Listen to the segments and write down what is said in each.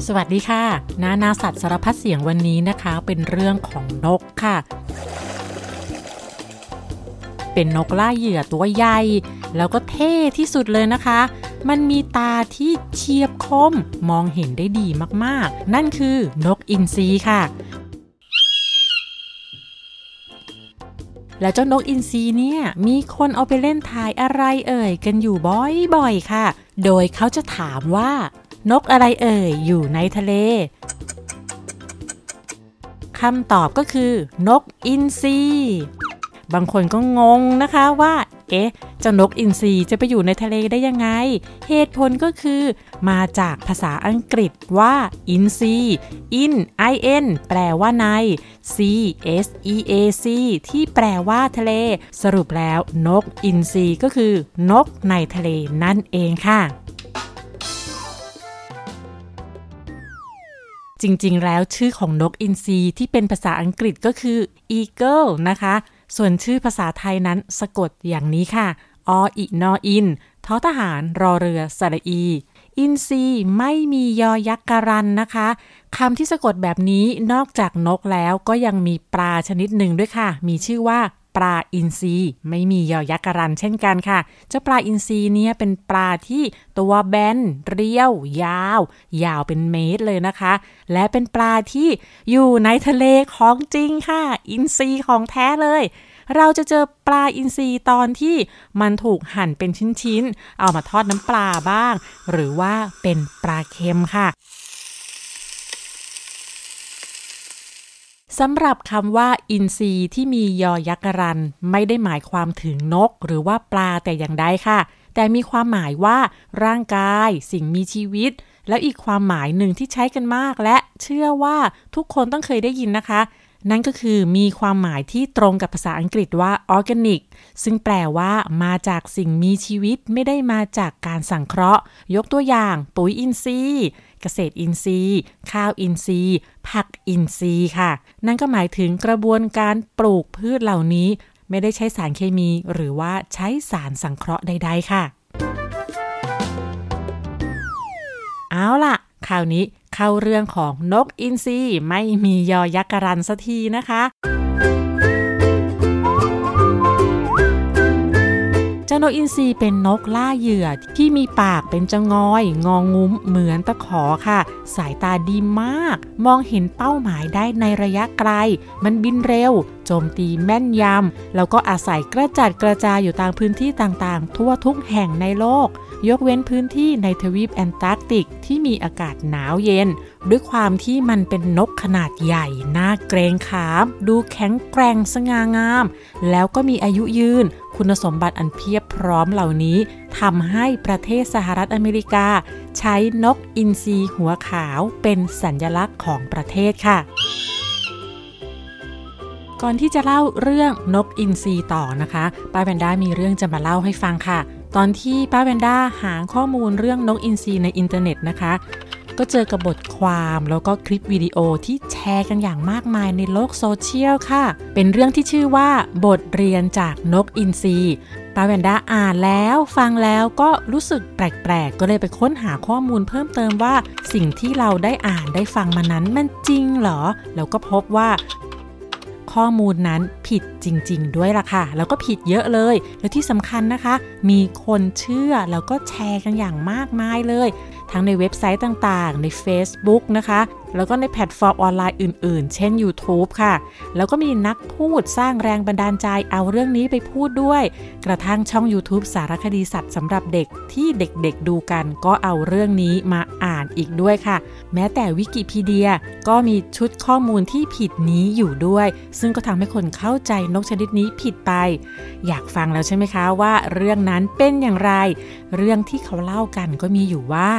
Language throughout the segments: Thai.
สวัสดีค่ะนาสัตว์สารพัดเสียงวันนี้นะคะเป็นเรื่องของนกค่ะเป็นนกล่าเหยื่อตัวใหญ่แล้วก็เท่ที่สุดเลยนะคะมันมีตาที่เฉียบคมมองเห็นได้ดีมากๆนั่นคือนกอินทรีค่ะแล้วเจ้านกอินทรีเนี่ยมีคนเอาไปเล่นทายอะไรกันอยู่บ่อยๆค่ะโดยเขาจะถามว่านกอะไรอยู่ในทะเลคำตอบก็คือนกอินทรีบางคนก็งงนะคะว่าเจ้านกอินทรีจะไปอยู่ในทะเลได้ยังไงเหตุผลก็คือมาจากภาษาอังกฤษว่าอินทรี in in แปลว่าใน seac ที่แปลว่าทะเลสรุปแล้วนกอินทรีก็คือนกในทะเลนั่นเองค่ะจริงๆแล้วชื่อของนกอินทรีที่เป็นภาษาอังกฤษก็คือ Eagle นะคะส่วนชื่อภาษาไทยนั้นสะกดอย่างนี้ค่ะออินออินทอทหารรอเรือสระอีอินทรีไม่มียอยักษ์การันนะคะคำที่สะกดแบบนี้นอกจากนกแล้วก็ยังมีปลาชนิดหนึ่งด้วยค่ะมีชื่อว่าปลาอินทรีไม่มียอยักษ์การันเช่นกันค่ะเจ้าปลาอินทรีเนี่ยเป็นปลาที่ตัวแบนเรียวยาวเป็นเมตรเลยนะคะและเป็นปลาที่อยู่ในทะเลของจริงค่ะอินทรีของแท้เลยเราจะเจอปลาอินทรีตอนที่มันถูกหั่นเป็นชิ้นๆเอามาทอดน้ำปลาบ้างหรือว่าเป็นปลาเค็มค่ะสำหรับคำว่าอินทรีที่มียอยักษ์การันไม่ได้หมายความถึงนกหรือว่าปลาแต่อย่างใดค่ะแต่มีความหมายว่าร่างกายสิ่งมีชีวิตแล้วอีกความหมายหนึ่งที่ใช้กันมากและเชื่อว่าทุกคนต้องเคยได้ยินนะคะนั่นก็คือมีความหมายที่ตรงกับภาษาอังกฤษว่า organic ซึ่งแปลว่ามาจากสิ่งมีชีวิตไม่ได้มาจากการสังเคราะห์ยกตัวอย่างปุ๋ยอินทรีย์เกษตรอินทรีย์ข้าวอินทรีย์ผักอินทรีย์ค่ะนั่นก็หมายถึงกระบวนการปลูกพืชเหล่านี้ไม่ได้ใช้สารเคมีหรือว่าใช้สารสังเคราะห์ใดๆค่ะเอาล่ะคราวนี้เข้าเรื่องของนกอินทรีไม่มียอยักษ์การันสักทีนะคะเจ้านกอินทรีเป็นนกล่าเหยื่อที่มีปากเป็นจะงอยงองุ้มเหมือนตะขอค่ะสายตาดีมากมองเห็นเป้าหมายได้ในระยะไกลมันบินเร็วโจมตีแม่นยำแล้วก็อาศัยกระจัดกระจายอยู่ตามพื้นที่ต่างๆทั่วทุกแห่งในโลกยกเว้นพื้นที่ในทวีปแอนตาร์กติกที่มีอากาศหนาวเย็นด้วยความที่มันเป็นนกขนาดใหญ่น่าเกรงขามดูแข็งแกร่งสง่างามแล้วก็มีอายุยืนคุณสมบัติอันเพียบพร้อมเหล่านี้ทำให้ประเทศสหรัฐอเมริกาใช้นกอินทรีหัวขาวเป็นสัญลักษณ์ของประเทศค่ะก่อนที่จะเล่าเรื่องนกอินทรีต่อนะคะป้าแพนด้ามีเรื่องจะมาเล่าให้ฟังค่ะตอนที่ป้าแพนด้าหาข้อมูลเรื่องนกอินทรีในอินเทอร์เน็ตนะคะก็เจอกับบทความแล้วก็คลิปวิดีโอที่แชร์กันอย่างมากมายในโลกโซเชียลค่ะเป็นเรื่องที่ชื่อว่าบทเรียนจากนกอินทรีป้าแพนด้าอ่านแล้วฟังแล้วก็รู้สึกแปลกๆก็เลยไปค้นหาข้อมูลเพิ่มเติมว่าสิ่งที่เราได้อ่านได้ฟังมานั้นมันจริงเหรอแล้วก็พบว่าข้อมูลนั้นผิดจริงๆด้วยล่ะค่ะแล้วก็ผิดเยอะเลยและที่สำคัญนะคะมีคนเชื่อแล้วก็แชร์กันอย่างมากมายเลยทั้งในเว็บไซต์ต่างๆใน Facebook นะคะแล้วก็ในแพลตฟอร์มออนไลน์อื่นๆเช่น YouTube ค่ะแล้วก็มีนักพูดสร้างแรงบันดาลใจเอาเรื่องนี้ไปพูดด้วยกระทั่งช่อง YouTube สารคดีสัตว์สำหรับเด็กที่เด็กๆดูกันก็เอาเรื่องนี้มาอ่านอีกด้วยค่ะแม้แต่วิกิพีเดียก็มีชุดข้อมูลที่ผิดนี้อยู่ด้วยซึ่งก็ทำให้คนเข้าใจนกชนิดนี้ผิดไปอยากฟังแล้วใช่ไหมคะว่าเรื่องนั้นเป็นอย่างไรเรื่องที่เขาเล่ากันก็มีอยู่ว่า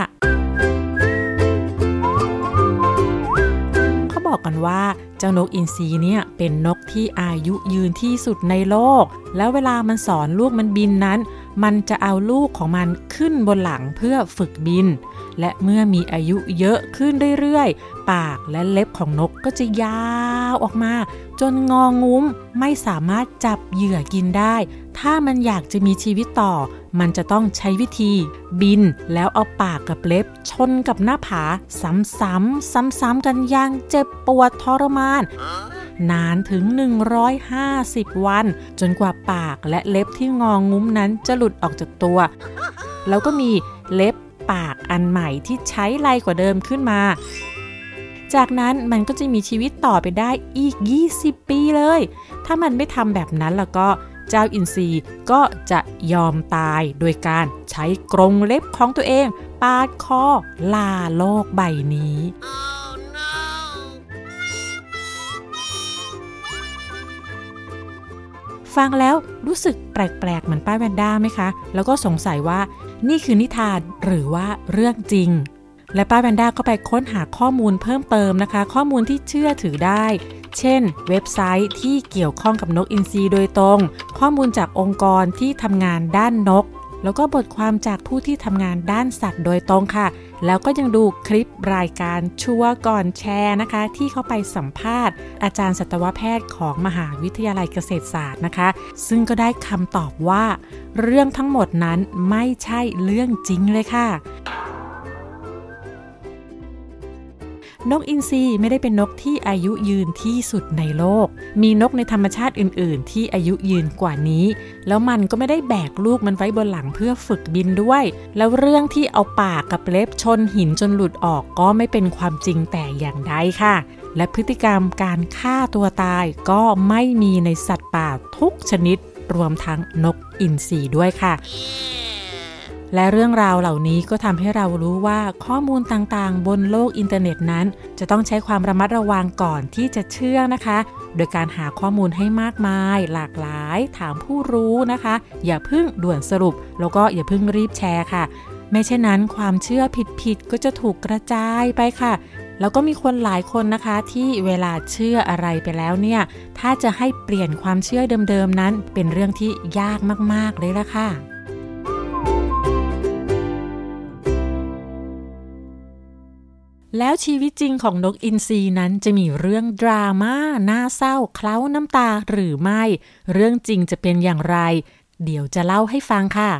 บอกกันว่าเจ้านกอินทรีเนี่ยเป็นนกที่อายุยืนที่สุดในโลกแล้วเวลามันสอนลูกมันบินนั้นมันจะเอาลูกของมันขึ้นบนหลังเพื่อฝึกบินและเมื่อมีอายุเยอะขึ้นเรื่อยๆปากและเล็บของนกก็จะยาวออกมาจนงองู้มไม่สามารถจับเหยื่อกินได้ถ้ามันอยากจะมีชีวิตต่อมันจะต้องใช้วิธีบินแล้วเอาปากกับเล็บชนกับหน้าผาซ้ำๆกันอย่างเจ็บปวดทรมานนานถึง150วันจนกว่าปากและเล็บที่งองุ้มนั้นจะหลุดออกจากตัวแล้วก็มีเล็บปากอันใหม่ที่ใช้ไวกว่าเดิมขึ้นมาจากนั้นมันก็จะมีชีวิตต่อไปได้อีก20ปีเลยถ้ามันไม่ทำแบบนั้นแล้วก็เจ้าอินทรีก็จะยอมตายโดยการใช้กรงเล็บของตัวเองปาดคอลาโลกใบนี้ ฟังแล้วรู้สึกแปลกๆเหมือนป้าแวนด้าไหมคะแล้วก็สงสัยว่านี่คือนิทานหรือว่าเรื่องจริงและป้าแวนด้าก็ไปค้นหาข้อมูลเพิ่มเติมนะคะข้อมูลที่เชื่อถือได้เช่นเว็บไซต์ที่เกี่ยวข้องกับนกอินทรีโดยตรงข้อมูลจากองค์กรที่ทำงานด้านนกแล้วก็บทความจากผู้ที่ทำงานด้านสัตว์โดยตรงค่ะแล้วก็ยังดูคลิปรายการชัวร์ก่อนแชร์นะคะที่เขาไปสัมภาษณ์อาจารย์สัตวแพทย์ของมหาวิทยาลัยเกษตรศาสตร์นะคะซึ่งก็ได้คำตอบว่าเรื่องทั้งหมดนั้นไม่ใช่เรื่องจริงเลยค่ะนกอินทรีไม่ได้เป็นนกที่อายุยืนที่สุดในโลกมีนกในธรรมชาติอื่นๆที่อายุยืนกว่านี้แล้วมันก็ไม่ได้แบกลูกมันไว้บนหลังเพื่อฝึกบินด้วยแล้วเรื่องที่เอาปากกับเล็บชนหินจนหลุดออกก็ไม่เป็นความจริงแต่อย่างใดค่ะและพฤติกรรมการฆ่าตัวตายก็ไม่มีในสัตว์ป่าทุกชนิดรวมทั้งนกอินทรีด้วยค่ะและเรื่องราวเหล่านี้ก็ทำให้เรารู้ว่าข้อมูลต่างๆบนโลกอินเทอร์เน็ตนั้นจะต้องใช้ความระมัดระวังก่อนที่จะเชื่อนะคะโดยการหาข้อมูลให้มากมายหลากหลายถามผู้รู้นะคะอย่าเพิ่งด่วนสรุปแล้วก็อย่าเพิ่งรีบแชร์ค่ะไม่เช่นนั้นความเชื่อผิดๆก็จะถูกกระจายไปค่ะแล้วก็มีคนหลายคนนะคะที่เวลาเชื่ออะไรไปแล้วเนี่ยถ้าจะให้เปลี่ยนความเชื่อเดิมๆนั้นเป็นเรื่องที่ยากมากๆเลยละค่ะแล้วชีวิตจริงของนกอินทรีนั้นจะมีเรื่องดราม่าน่าเศร้าเคล้าน้ำตาหรือไม่เรื่องจริงจะเป็นอย่างไรเดี๋ยวจะเล่าให้ฟังค่ะ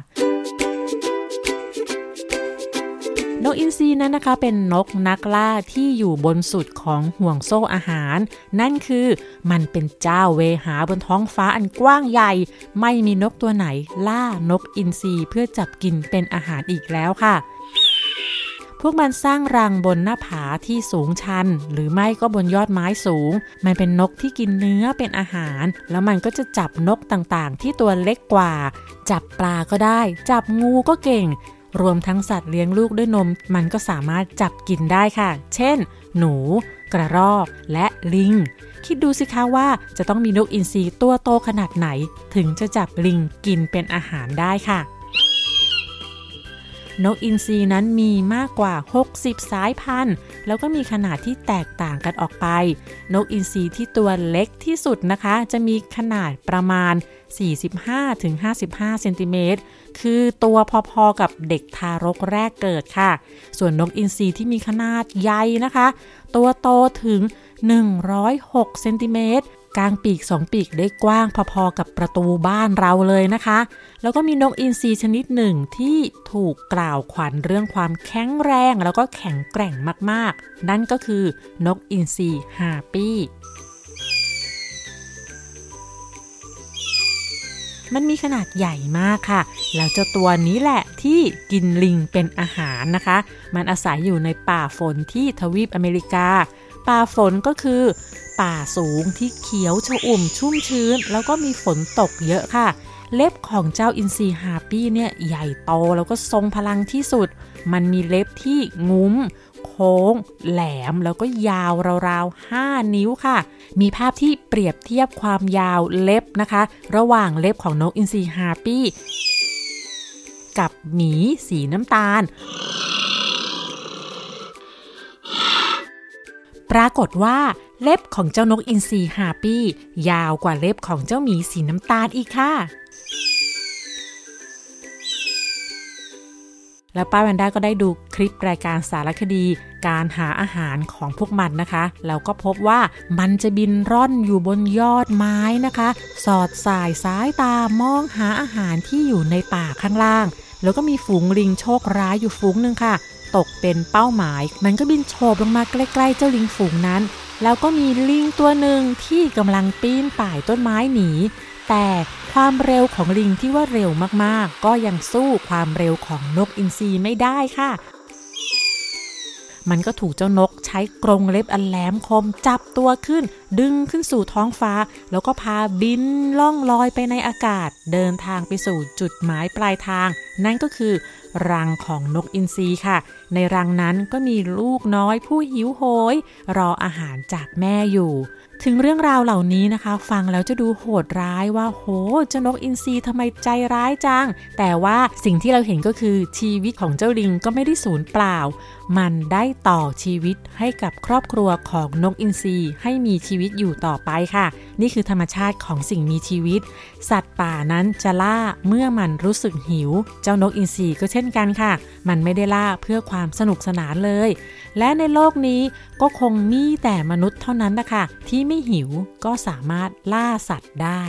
นกอินทรีนั้นนะคะเป็นนกนักล่าที่อยู่บนสุดของห่วงโซ่อาหารนั่นคือมันเป็นเจ้าเวหาบนท้องฟ้าอันกว้างใหญ่ไม่มีนกตัวไหนล่านกอินทรีเพื่อจับกินเป็นอาหารอีกแล้วค่ะพวกมันสร้างรังบนหน้าผาที่สูงชันหรือไม่ก็บนยอดไม้สูงมันเป็นนกที่กินเนื้อเป็นอาหารแล้วมันก็จะจับนกต่างๆที่ตัวเล็กกว่าจับปลาก็ได้จับงูก็เก่งรวมทั้งสัตว์เลี้ยงลูกด้วยนมมันก็สามารถจับกินได้ค่ะเช่นหนูกระรอกและลิงคิดดูสิคะว่าจะต้องมีนกอินทรีตัวโตขนาดไหนถึงจะจับลิงกินเป็นอาหารได้ค่ะนกอินทรีนั้นมีมากกว่า60สายพันธุ์แล้วก็มีขนาดที่แตกต่างกันออกไปนกอินทรีที่ตัวเล็กที่สุดนะคะจะมีขนาดประมาณ 45-55 เซนติเมตรคือตัวพอๆกับเด็กทารกแรกเกิดค่ะส่วนนกอินทรีที่มีขนาดใหญ่นะคะตัวโตถึง106เซนติเมตรกางปีก2ปีกได้กว้างพอๆกับประตูบ้านเราเลยนะคะแล้วก็มีนกอินทรีชนิดหนึ่งที่ถูกกล่าวขวัญเรื่องความแข็งแรงแล้วก็แข็งแกร่งมากๆนั่นก็คือนกอินทรีฮาปี้มันมีขนาดใหญ่มากค่ะแล้วเจ้าตัวนี้แหละที่กินลิงเป็นอาหารนะคะมันอาศัยอยู่ในป่าฝนที่ทวีปอเมริกาป่าฝนก็คือป่าสูงที่เขียวชอุ่มชุ่มชื้นแล้วก็มีฝนตกเยอะค่ะเล็บของเจ้าอินทรีฮาปี้เนี่ยใหญ่โตแล้วก็ทรงพลังที่สุดมันมีเล็บที่งุ้มโค้งแหลมแล้วก็ยาวราวๆ5นิ้วค่ะมีภาพที่เปรียบเทียบความยาวเล็บนะคะระหว่างเล็บของนกอินทรีฮาปี้กับหมีสีน้ำตาลปรากฏว่าเล็บของเจ้านกอินทรีฮาปี้ยาวกว่าเล็บของเจ้าหมีสีน้ำตาลอีกค่ะแล้วป้าแวนด้าก็ได้ดูคลิปรายการสารคดีการหาอาหารของพวกมันนะคะแล้วก็พบว่ามันจะบินร่อนอยู่บนยอดไม้นะคะสอดสายตามองหาอาหารที่อยู่ในป่าข้างล่างแล้วก็มีฝูงลิงโชคร้ายอยู่ฝูงนึงค่ะตกเป็นเป้าหมายมันก็บินโฉบลงมาใกล้ๆเจ้าลิงฝูงนั้นแล้วก็มีลิงตัวหนึ่งที่กำลังปีนป่ายต้นไม้หนีแต่ความเร็วของลิงที่ว่าเร็วมากๆก็ยังสู้ความเร็วของนกอินทรีไม่ได้ค่ะมันก็ถูกเจ้านกใช้กรงเล็บอันแหลมคมจับตัวขึ้นดึงขึ้นสู่ท้องฟ้าแล้วก็พาบินล่องลอยไปในอากาศเดินทางไปสู่จุดหมายปลายทางนั่นก็คือรังของนกอินทรีค่ะในรังนั้นก็มีลูกน้อยผู้หิวโหยรออาหารจากแม่อยู่ถึงเรื่องราวเหล่านี้นะคะฟังแล้วจะดูโหดร้ายว่าโหเจ้านกอินทรีทำไมใจร้ายจังแต่ว่าสิ่งที่เราเห็นก็คือชีวิตของเจ้าลิงก็ไม่ได้สูญเปล่ามันได้ต่อชีวิตให้กับครอบครัวของนกอินทรีให้มีชีวิตอยู่ต่อไปค่ะนี่คือธรรมชาติของสิ่งมีชีวิตสัตว์ป่านั้นจะล่าเมื่อมันรู้สึกหิวเจ้านกอินทรีก็เช่นกันค่ะมันไม่ได้ล่าเพื่อความสนุกสนานเลยและในโลกนี้ก็คงมีแต่มนุษย์เท่านั้นนะคะที่ไม่หิวก็สามารถล่าสัตว์ได้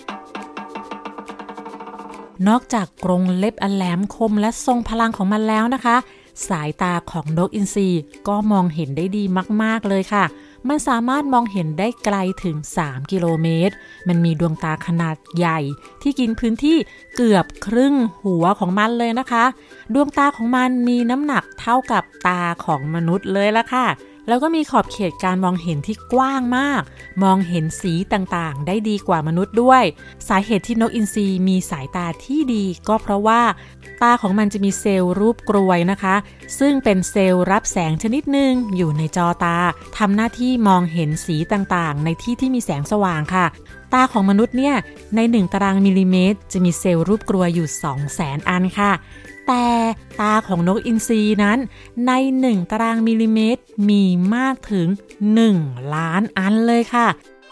นอกจากกรงเล็บอันแหลมคมและทรงพลังของมันแล้วนะคะสายตาของนกอินทรีก็มองเห็นได้ดีมากๆเลยค่ะมันสามารถมองเห็นได้ไกลถึง3 กิโลเมตรมันมีดวงตาขนาดใหญ่ที่กินพื้นที่เกือบครึ่งหัวของมันเลยนะคะดวงตาของมันมีน้ำหนักเท่ากับตาของมนุษย์เลยละค่ะแล้วก็มีขอบเขตการมองเห็นที่กว้างมากมองเห็นสีต่างๆได้ดีกว่ามนุษย์ด้วยสาเหตุที่นกอินทรีมีสายตาที่ดีก็เพราะว่าตาของมันจะมีเซลล์รูปกรวยนะคะซึ่งเป็นเซลล์รับแสงชนิดหนึ่งอยู่ในจอตาทำหน้าที่มองเห็นสีต่างๆในที่ที่มีแสงสว่างค่ะตาของมนุษย์เนี่ยใน1 ตารางมิลลิเมตรจะมีเซลล์รูปกรวยอยู่ 200,000 อันค่ะแต่ตาของนกอินทรีนั้นใน1 ตารางมิลลิเมตรมีมากถึง1 ล้านอันเลยค่ะ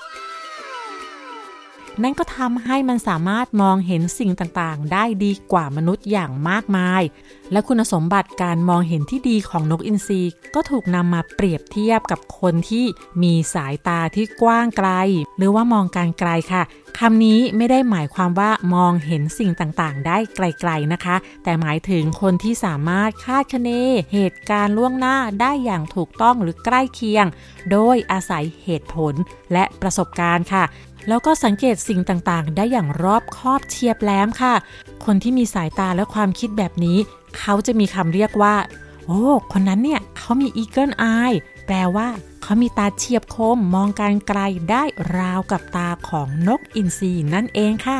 นั่นก็ทำให้มันสามารถมองเห็นสิ่งต่างๆได้ดีกว่ามนุษย์อย่างมากมายและคุณสมบัติการมองเห็นที่ดีของนกอินทรีก็ถูกนำมาเปรียบเทียบกับคนที่มีสายตาที่กว้างไกลหรือว่ามองการไกลค่ะคำนี้ไม่ได้หมายความว่ามองเห็นสิ่งต่างๆได้ไกลๆนะคะแต่หมายถึงคนที่สามารถคาดคะเนเหตุการณ์ล่วงหน้าได้อย่างถูกต้องหรือใกล้เคียงโดยอาศัยเหตุผลและประสบการณ์ค่ะแล้วก็สังเกตสิ่งต่างๆได้อย่างรอบคอบเฉียบแหลมค่ะคนที่มีสายตาและความคิดแบบนี้เขาจะมีคำเรียกว่าโอ้คนนั้นเนี่ยเขามี Eagle Eye แปลว่าเขามีตาเฉียบคมมองการไกลได้ราวกับตาของนกอินทรีนั่นเองค่ะ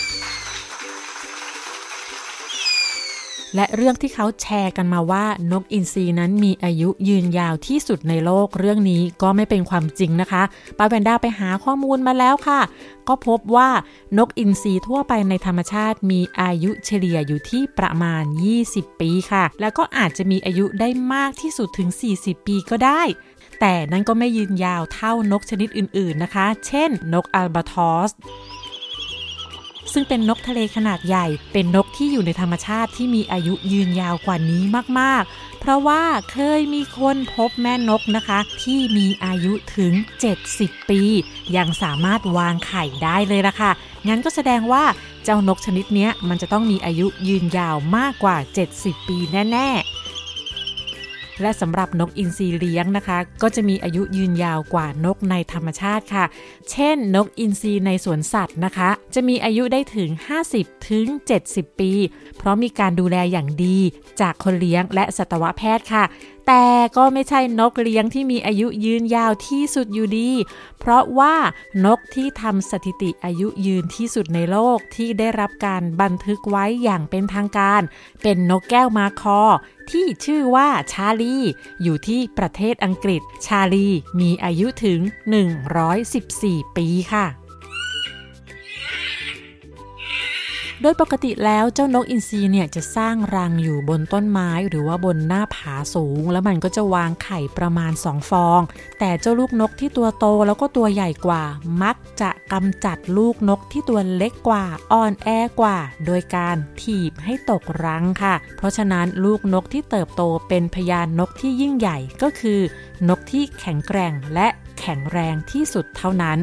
และเรื่องที่เขาแชร์กันมาว่านกอินทรีนั้นมีอายุยืนยาวที่สุดในโลกเรื่องนี้ก็ไม่เป็นความจริงนะคะป้าแวนด้าไปหาข้อมูลมาแล้วค่ะก็พบว่านกอินทรีทั่วไปในธรรมชาติมีอายุเฉลี่ยอยู่ที่ประมาณ20 ปีค่ะแล้วก็อาจจะมีอายุได้มากที่สุดถึง40 ปีก็ได้แต่นั่นก็ไม่ยืนยาวเท่านกชนิดอื่นๆนะคะเช่นนกอัลบาทรอสซึ่งเป็นนกทะเลขนาดใหญ่เป็นนกที่อยู่ในธรรมชาติที่มีอายุยืนยาวกว่านี้มากๆเพราะว่าเคยมีคนพบแม่นกนะคะที่มีอายุถึง70 ปียังสามารถวางไข่ได้เลยล่ะค่ะงั้นก็แสดงว่าเจ้านกชนิดนี้มันจะต้องมีอายุยืนยาวมากกว่า70 ปีแน่ๆและสำหรับนกอินทรีเลี้ยงนะคะก็จะมีอายุยืนยาวกว่านกในธรรมชาติค่ะเช่นนกอินทรีในสวนสัตว์นะคะจะมีอายุได้ถึง50 ถึง 70 ปีเพราะมีการดูแลอย่างดีจากคนเลี้ยงและสัตวแพทย์ค่ะแต่ก็ไม่ใช่นกเลี้ยงที่มีอายุยืนยาวที่สุดอยู่ดีเพราะว่านกที่ทำสถิติอายุยืนที่สุดในโลกที่ได้รับการบันทึกไว้อย่างเป็นทางการเป็นนกแก้วมาคอที่ชื่อว่าชาลีอยู่ที่ประเทศอังกฤษชาลีมีอายุถึง114 ปีค่ะโดยปกติแล้วเจ้านกอินทรีเนี่ยจะสร้างรังอยู่บนต้นไม้หรือว่าบนหน้าผาสูงแล้วมันก็จะวางไข่ประมาณ2 ฟองแต่เจ้าลูกนกที่ตัวโตแล้วก็ตัวใหญ่กว่ามักจะกำจัดลูกนกที่ตัวเล็กกว่าอ่อนแอกว่าโดยการถีบให้ตกรังค่ะเพราะฉะนั้นลูกนกที่เติบโตเป็นพญานกที่ยิ่งใหญ่ก็คือนกที่แข็งแกร่งและแข็งแรงที่สุดเท่านั้น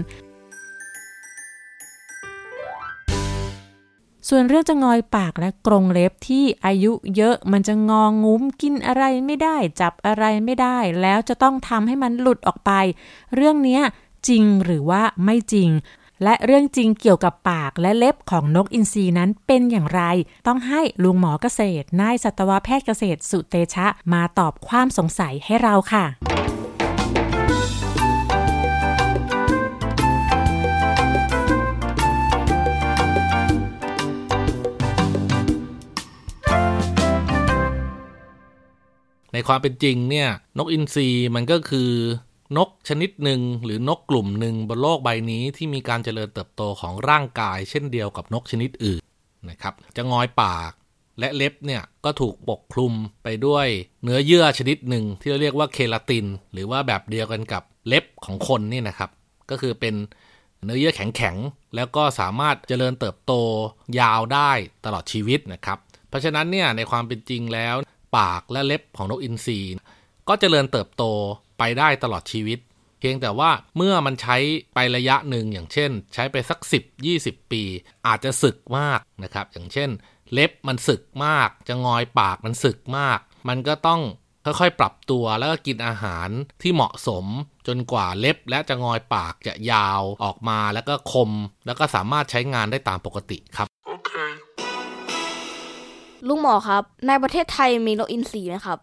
ส่วนเรื่องจะงอยปากและกรงเล็บที่อายุเยอะมันจะงองุ้มกินอะไรไม่ได้จับอะไรไม่ได้แล้วจะต้องทำให้มันหลุดออกไปเรื่องนี้จริงหรือว่าไม่จริงและเรื่องจริงเกี่ยวกับปากและเล็บของนกอินทรีนั้นเป็นอย่างไรต้องให้ลุงหมอเกษตรนายสัตวแพทย์เกษตรสุเตชะมาตอบความสงสัยให้เราค่ะในความเป็นจริงเนี่ยนกอินทรีมันก็คือนกชนิดหนึ่งหรือนกกลุ่มหนึ่งบนโลกใบนี้ที่มีการเจริญเติบโตของร่างกายเช่นเดียวกับนกชนิดอื่นนะครับจะงอยปากและเล็บเนี่ยก็ถูกปกคลุมไปด้วยเนื้อเยื่อชนิดหนึ่งที่เรียกว่าเคลาตินหรือว่าแบบเดียวกันกับเล็บของคนนี่นะครับก็คือเป็นเนื้อเยื่อแข็งๆแล้วก็สามารถเจริญเติบโตยาวได้ตลอดชีวิตนะครับเพราะฉะนั้นเนี่ยในความเป็นจริงแล้วปากและเล็บของนกอินทรีก็เจริญเติบโตไปได้ตลอดชีวิตเพียงแต่ว่าเมื่อมันใช้ไประยะหนึ่งอย่างเช่นใช้ไปสัก10-20 ปีอาจจะสึกมากนะครับอย่างเช่นเล็บมันสึกมากจะงอยปากมันสึกมากมันก็ต้องค่อยๆปรับตัวแล้วก็กินอาหารที่เหมาะสมจนกว่าเล็บและจะงอยปากจะยาวออกมาแล้วก็คมแล้วก็สามารถใช้งานได้ตามปกติครับโอเคลุงหมอครับในประเทศไทยมีนกอินทรีไหมครับ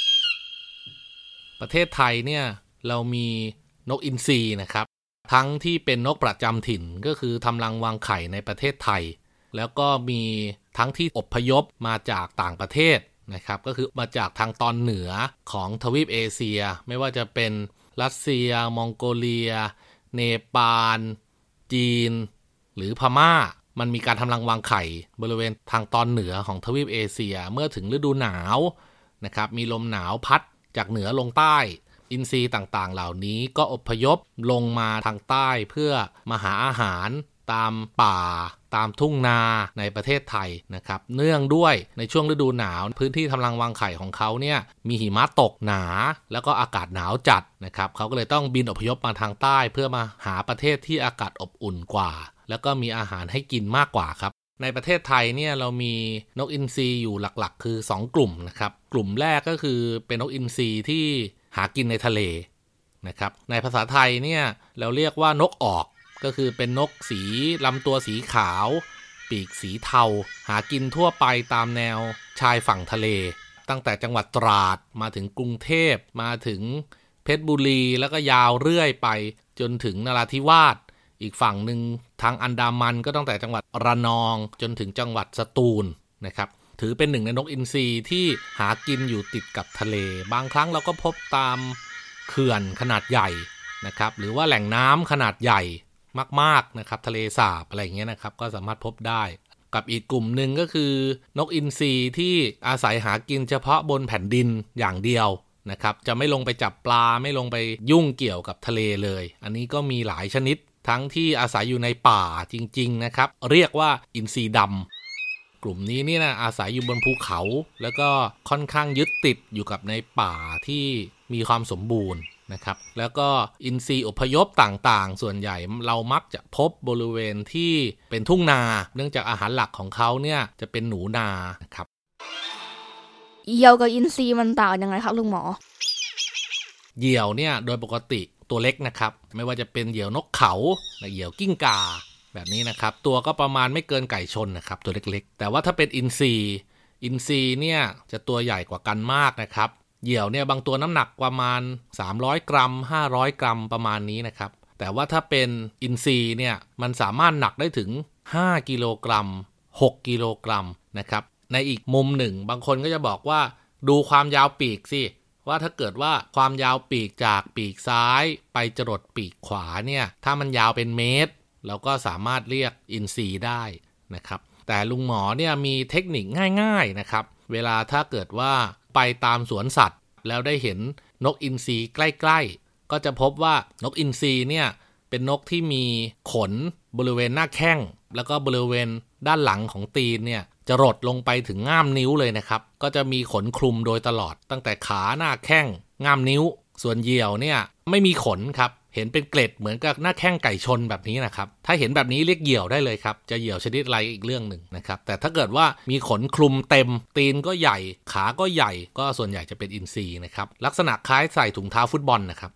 ประเทศไทยเนี่ยเรามีนกอินทรีนะครับทั้งที่เป็นนกประจำถิ่นก็คือทำรังวางไข่ในประเทศไทยแล้วก็มีทั้งที่อพยพมาจากต่างประเทศนะครับก็คือมาจากทางตอนเหนือของทวีปเอเชียไม่ว่าจะเป็นรัสเซียมองโกเลียเนปาลจีนหรือพม่ามันมีการทำรังวางไข่บริเวณทางตอนเหนือของทวีปเอเชียเมื่อถึงฤดูหนาวนะครับมีลมหนาวพัดจากเหนือลงใต้อินทรีต่างๆเหล่านี้ก็อพยพลงมาทางใต้เพื่อมาหาอาหารตามป่าตามทุ่งนาในประเทศไทยนะครับเนื่องด้วยในช่วงฤดูหนาวพื้นที่ทำรังวางไข่ของเขาเนี่ยมีหิมะตกหนาแล้วก็อากาศหนาวจัดนะครับเขาก็เลยต้องบินอพยพมาทางใต้เพื่อมาหาประเทศที่อากาศอบอุ่นกว่าแล้วก็มีอาหารให้กินมากกว่าครับในประเทศไทยเนี่ยเรามีนกอินทรีอยู่หลักๆคือ2กลุ่มนะครับกลุ่มแรกก็คือเป็นนกอินทรีที่หากินในทะเลนะครับในภาษาไทยเนี่ยเราเรียกว่านกออกก็คือเป็นนกสีลำตัวสีขาวปีกสีเทาหากินทั่วไปตามแนวชายฝั่งทะเลตั้งแต่จังหวัดตราดมาถึงกรุงเทพมาถึงเพชรบุรีแล้วก็ยาวเรื่อยไปจนถึงนราธิวาสอีกฝั่งหนึ่งทางอันดามันก็ตั้งแต่จังหวัดระนองจนถึงจังหวัดสตูลนะครับถือเป็นหนึ่งในนกอินทรีที่หากินอยู่ติดกับทะเลบางครั้งเราก็พบตามเขื่อนขนาดใหญ่นะครับหรือว่าแหล่งน้ำขนาดใหญ่มากๆนะครับทะเลสาบอะไรอย่างเงี้ยนะครับก็สามารถพบได้กับอีกกลุ่มหนึ่งก็คือนกอินทรีที่อาศัยหากินเฉพาะบนแผ่นดินอย่างเดียวนะครับจะไม่ลงไปจับปลาไม่ลงไปยุ่งเกี่ยวกับทะเลเลยอันนี้ก็มีหลายชนิดทั้งที่อาศัยอยู่ในป่าจริงๆนะครับเรียกว่าอินทรีดำกลุ่มนี้นี่นะอาศัยอยู่บนภูเขาแล้วก็ค่อนข้างยึดติดอยู่กับในป่าที่มีความสมบูรณ์นะครับแล้วก็อินทรีอพยพต่างๆส่วนใหญ่เรามักจะพบบริเวณที่เป็นทุ่งนาเนื่องจากอาหารหลักของเขาเนี่ยจะเป็นหนูนานะครับเหยี่ยวกับอินทรีมันต่างยังไงครับลุงหมอเหยี่ยวเนี่ยโดยปกติตัวเล็กนะครับไม่ว่าจะเป็นเหยี่ยวนกเขาเหยี่ยวกิ้งก่าแบบนี้นะครับตัวก็ประมาณไม่เกินไก่ชนนะครับตัวเล็กๆแต่ว่าถ้าเป็นอินทรีเนี่ยจะตัวใหญ่กว่ากันมากนะครับเหยี่ยวเนี่ยบางตัวน้ำหนักประมาณ300 กรัม500 กรัมประมาณนี้นะครับแต่ว่าถ้าเป็นอินทรีเนี่ยมันสามารถหนักได้ถึง5 กิโลกรัม6 กิโลกรัมนะครับในอีกมุมหนึ่งบางคนก็จะบอกว่าดูความยาวปีกสิว่าถ้าเกิดว่าความยาวปีกจากปีกซ้ายไปจรดปีกขวาเนี่ยถ้ามันยาวเป็นเมตรเราก็สามารถเรียกอินทรีได้นะครับแต่ลุงหมอเนี่ยมีเทคนิคง่ายๆนะครับเวลาถ้าเกิดว่าไปตามสวนสัตว์แล้วได้เห็นนกอินทรีใกล้ๆก็จะพบว่านกอินทรีเนี่ยเป็นนกที่มีขนบริเวณหน้าแข้งแล้วก็บริเวณด้านหลังของตีนเนี่ยจะหดลงไปถึงง่ามนิ้วเลยนะครับก็จะมีขนคลุมโดยตลอดตั้งแต่ขาหน้าแข้งง่ามนิ้วส่วนเหยี่ยวเนี่ยไม่มีขนครับเห็นเป็นเกล็ดเหมือนกับหน้าแข้งไก่ชนแบบนี้นะครับถ้าเห็นแบบนี้เรียกเหยี่ยวได้เลยครับจะเหยี่ยวชนิดอะไรอีกเรื่องหนึ่งนะครับแต่ถ้าเกิดว่ามีขนคลุมเต็มตีนก็ใหญ่ขาก็ใหญ่ก็ส่วนใหญ่จะเป็นอินทรีนะครับลักษณะคล้ายใส่ถุงเท้าฟุตบอลนะครับ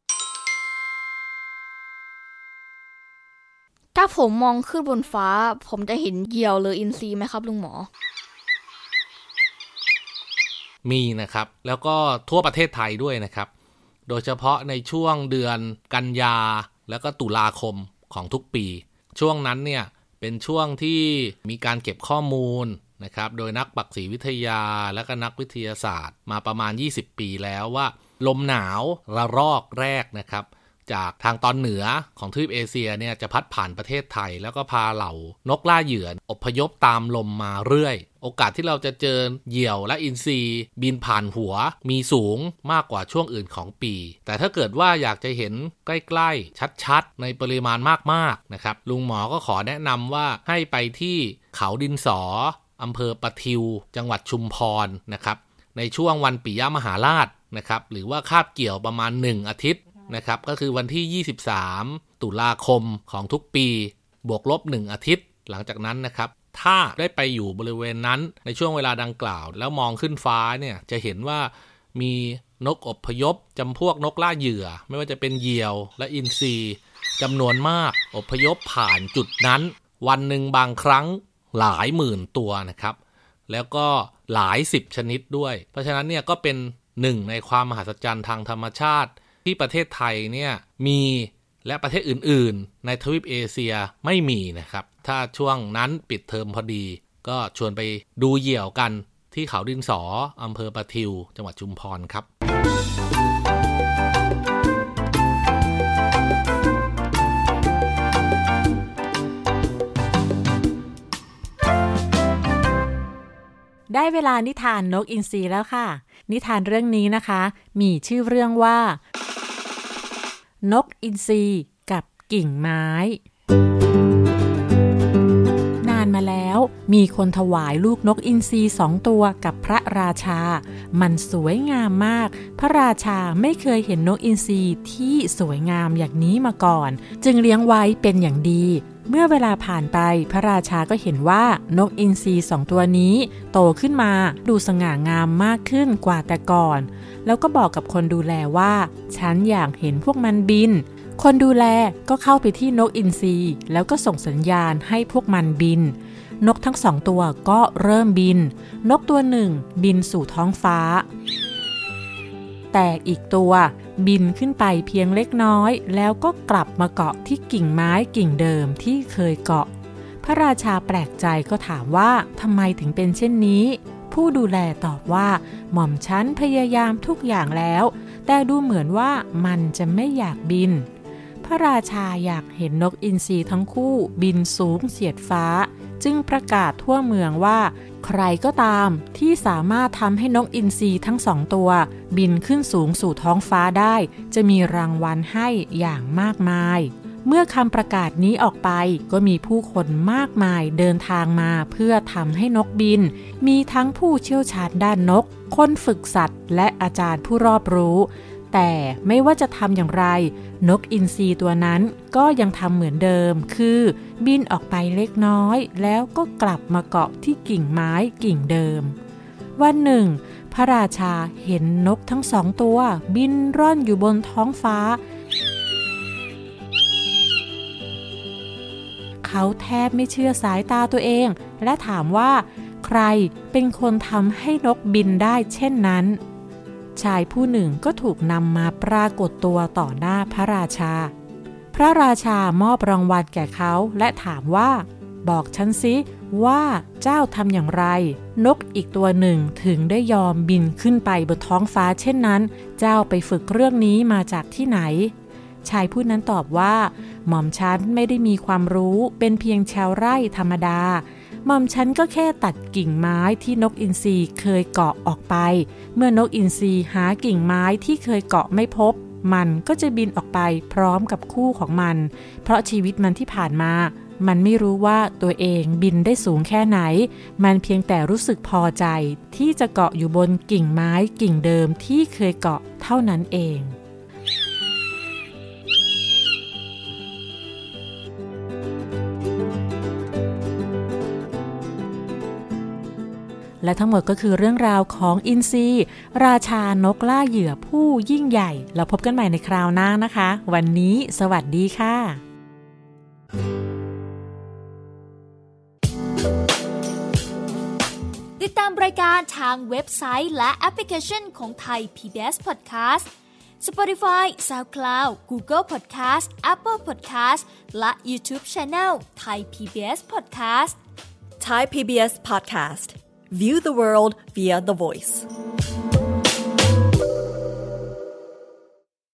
ถ้าผมมองขึ้นบนฟ้าผมจะเห็นเหยี่ยวหรืออินทรีไหมครับลุงหมอมีนะครับแล้วก็ทั่วประเทศไทยด้วยนะครับโดยเฉพาะในช่วงเดือนกันยาแล้วก็ตุลาคมของทุกปีช่วงนั้นเนี่ยเป็นช่วงที่มีการเก็บข้อมูลนะครับโดยนักปักษีวิทยาและก็นักวิทยาศาสตร์มาประมาณ20ปีแล้วว่าลมหนาวระลอกแรกนะครับจากทางตอนเหนือของทวีปเอเชียเนี่ยจะพัดผ่านประเทศไทยแล้วก็พาเหล่านกล่าเหยื่ออพยพตามลมมาเรื่อยโอกาสที่เราจะเจอเหยี่ยวและอินทรีบินผ่านหัวมีสูงมากกว่าช่วงอื่นของปีแต่ถ้าเกิดว่าอยากจะเห็นใกล้ๆชัดๆในปริมาณมากๆนะครับลุงหมอก็ขอแนะนำว่าให้ไปที่เขาดินสออำเภอปะทิวจังหวัดชุมพรนะครับในช่วงวันปิยมหาราชนะครับหรือว่าคาบเกี่ยวประมาณ1อาทิตย์นะครับก็คือวันที่23ตุลาคมของทุกปีบวกลบ1อาทิตย์หลังจากนั้นนะครับถ้าได้ไปอยู่บริเวณนั้นในช่วงเวลาดังกล่าวแล้วมองขึ้นฟ้าเนี่ยจะเห็นว่ามีนกอพยพจำพวกนกล่าเหยื่อไม่ว่าจะเป็นเหยี่ยวและอินทรีจำนวนมากอพยพผ่านจุดนั้นวันหนึ่งบางครั้งหลายหมื่นตัวนะครับแล้วก็หลาย10ชนิดด้วยเพราะฉะนั้นเนี่ยก็เป็นหนึ่งในความมหัศจรรย์ทางธรรมชาติที่ประเทศไทยเนี่ยมีและประเทศอื่นๆในทวีปเอเชียไม่มีนะครับถ้าช่วงนั้นปิดเทอมพอดีก็ชวนไปดูเหยี่ยวกันที่เขาดินสออำเภอปะทิวจังหวัดชุมพรครับได้เวลานิทานนกอินทรีแล้วค่ะนิทานเรื่องนี้นะคะมีชื่อเรื่องว่านกอินทรีกับกิ่งไม้นานมาแล้วมีคนถวายลูกนกอินทรี2ตัวกับพระราชามันสวยงามมากพระราชาไม่เคยเห็นนกอินทรีที่สวยงามอย่างนี้มาก่อนจึงเลี้ยงไว้เป็นอย่างดีเมื่อเวลาผ่านไปพระราชาก็เห็นว่านกอินทรี2ตัวนี้โตขึ้นมาดูสง่างามมากขึ้นกว่าแต่ก่อนแล้วก็บอกกับคนดูแลว่าฉันอยากเห็นพวกมันบินคนดูแลก็เข้าไปที่นกอินทรีแล้วก็ส่งสัญญาณให้พวกมันบินนกทั้ง2ตัวก็เริ่มบินนกตัวหนึ่งบินสู่ท้องฟ้าแต่อีกตัวบินขึ้นไปเพียงเล็กน้อยแล้วก็กลับมาเกาะที่กิ่งไม้กิ่งเดิมที่เคยเกาะพระราชาแปลกใจก็ถามว่าทำไมถึงเป็นเช่นนี้ผู้ดูแลตอบว่าหม่อมฉันพยายามทุกอย่างแล้วแต่ดูเหมือนว่ามันจะไม่อยากบินพระราชาอยากเห็นนกอินทรีทั้งคู่บินสูงเฉียดฟ้าจึงประกาศทั่วเมืองว่าใครก็ตามที่สามารถทำให้นกอินทรีทั้ง2ตัวบินขึ้นสูงสู่ท้องฟ้าได้จะมีรางวัลให้อย่างมากมายเมื่อคำประกาศนี้ออกไปก็มีผู้คนมากมายเดินทางมาเพื่อทำให้นกบินมีทั้งผู้เชี่ยวชาญด้านนกคนฝึกสัตว์และอาจารย์ผู้รอบรู้แต่ไม่ว่าจะทำอย่างไรนกอินทรีตัวนั้นก็ยังทำเหมือนเดิมคือบินออกไปเล็กน้อยแล้วก็กลับมาเกาะที่กิ่งไม้กิ่งเดิมวันหนึ่งพระราชาเห็นนกทั้ง2ตัวบินร่อนอยู่บนท้องฟ้าเขาแทบไม่เชื่อสายตาตัวเองและถามว่าใครเป็นคนทำให้นกบินได้เช่นนั้นชายผู้หนึ่งก็ถูกนำมาปรากฏตัวต่อหน้าพระราชาพระราชามอบรางวัลแก่เขาและถามว่าบอกฉันสิว่าเจ้าทำอย่างไรนกอีกตัวหนึ่งถึงได้ยอมบินขึ้นไปบนท้องฟ้าเช่นนั้นเจ้าไปฝึกเรื่องนี้มาจากที่ไหนชายผู้นั้นตอบว่าหม่อมฉันไม่ได้มีความรู้เป็นเพียงชาวไร่ธรรมดาหม่อมฉันก็แค่ตัดกิ่งไม้ที่นกอินทรีเคยเกาะออกไปเมื่อนกอินทรีหากิ่งไม้ที่เคยเกาะไม่พบมันก็จะบินออกไปพร้อมกับคู่ของมันเพราะชีวิตมันที่ผ่านมามันไม่รู้ว่าตัวเองบินได้สูงแค่ไหนมันเพียงแต่รู้สึกพอใจที่จะเกาะอยู่บนกิ่งไม้กิ่งเดิมที่เคยเกาะเท่านั้นเองและทั้งหมดก็คือเรื่องราวของอินทรีราชานกล่าเหยื่อผู้ยิ่งใหญ่เราพบกันใหม่ในคราวหน้านะคะวันนี้สวัสดีค่ะติดตามรายการทางเว็บไซต์และแอปพลิเคชันของไทย PBS Podcast Spotify SoundCloud Google Podcast Apple Podcast และ YouTube Channel Thai PBS Podcast Thai PBS Podcast View the world via the voice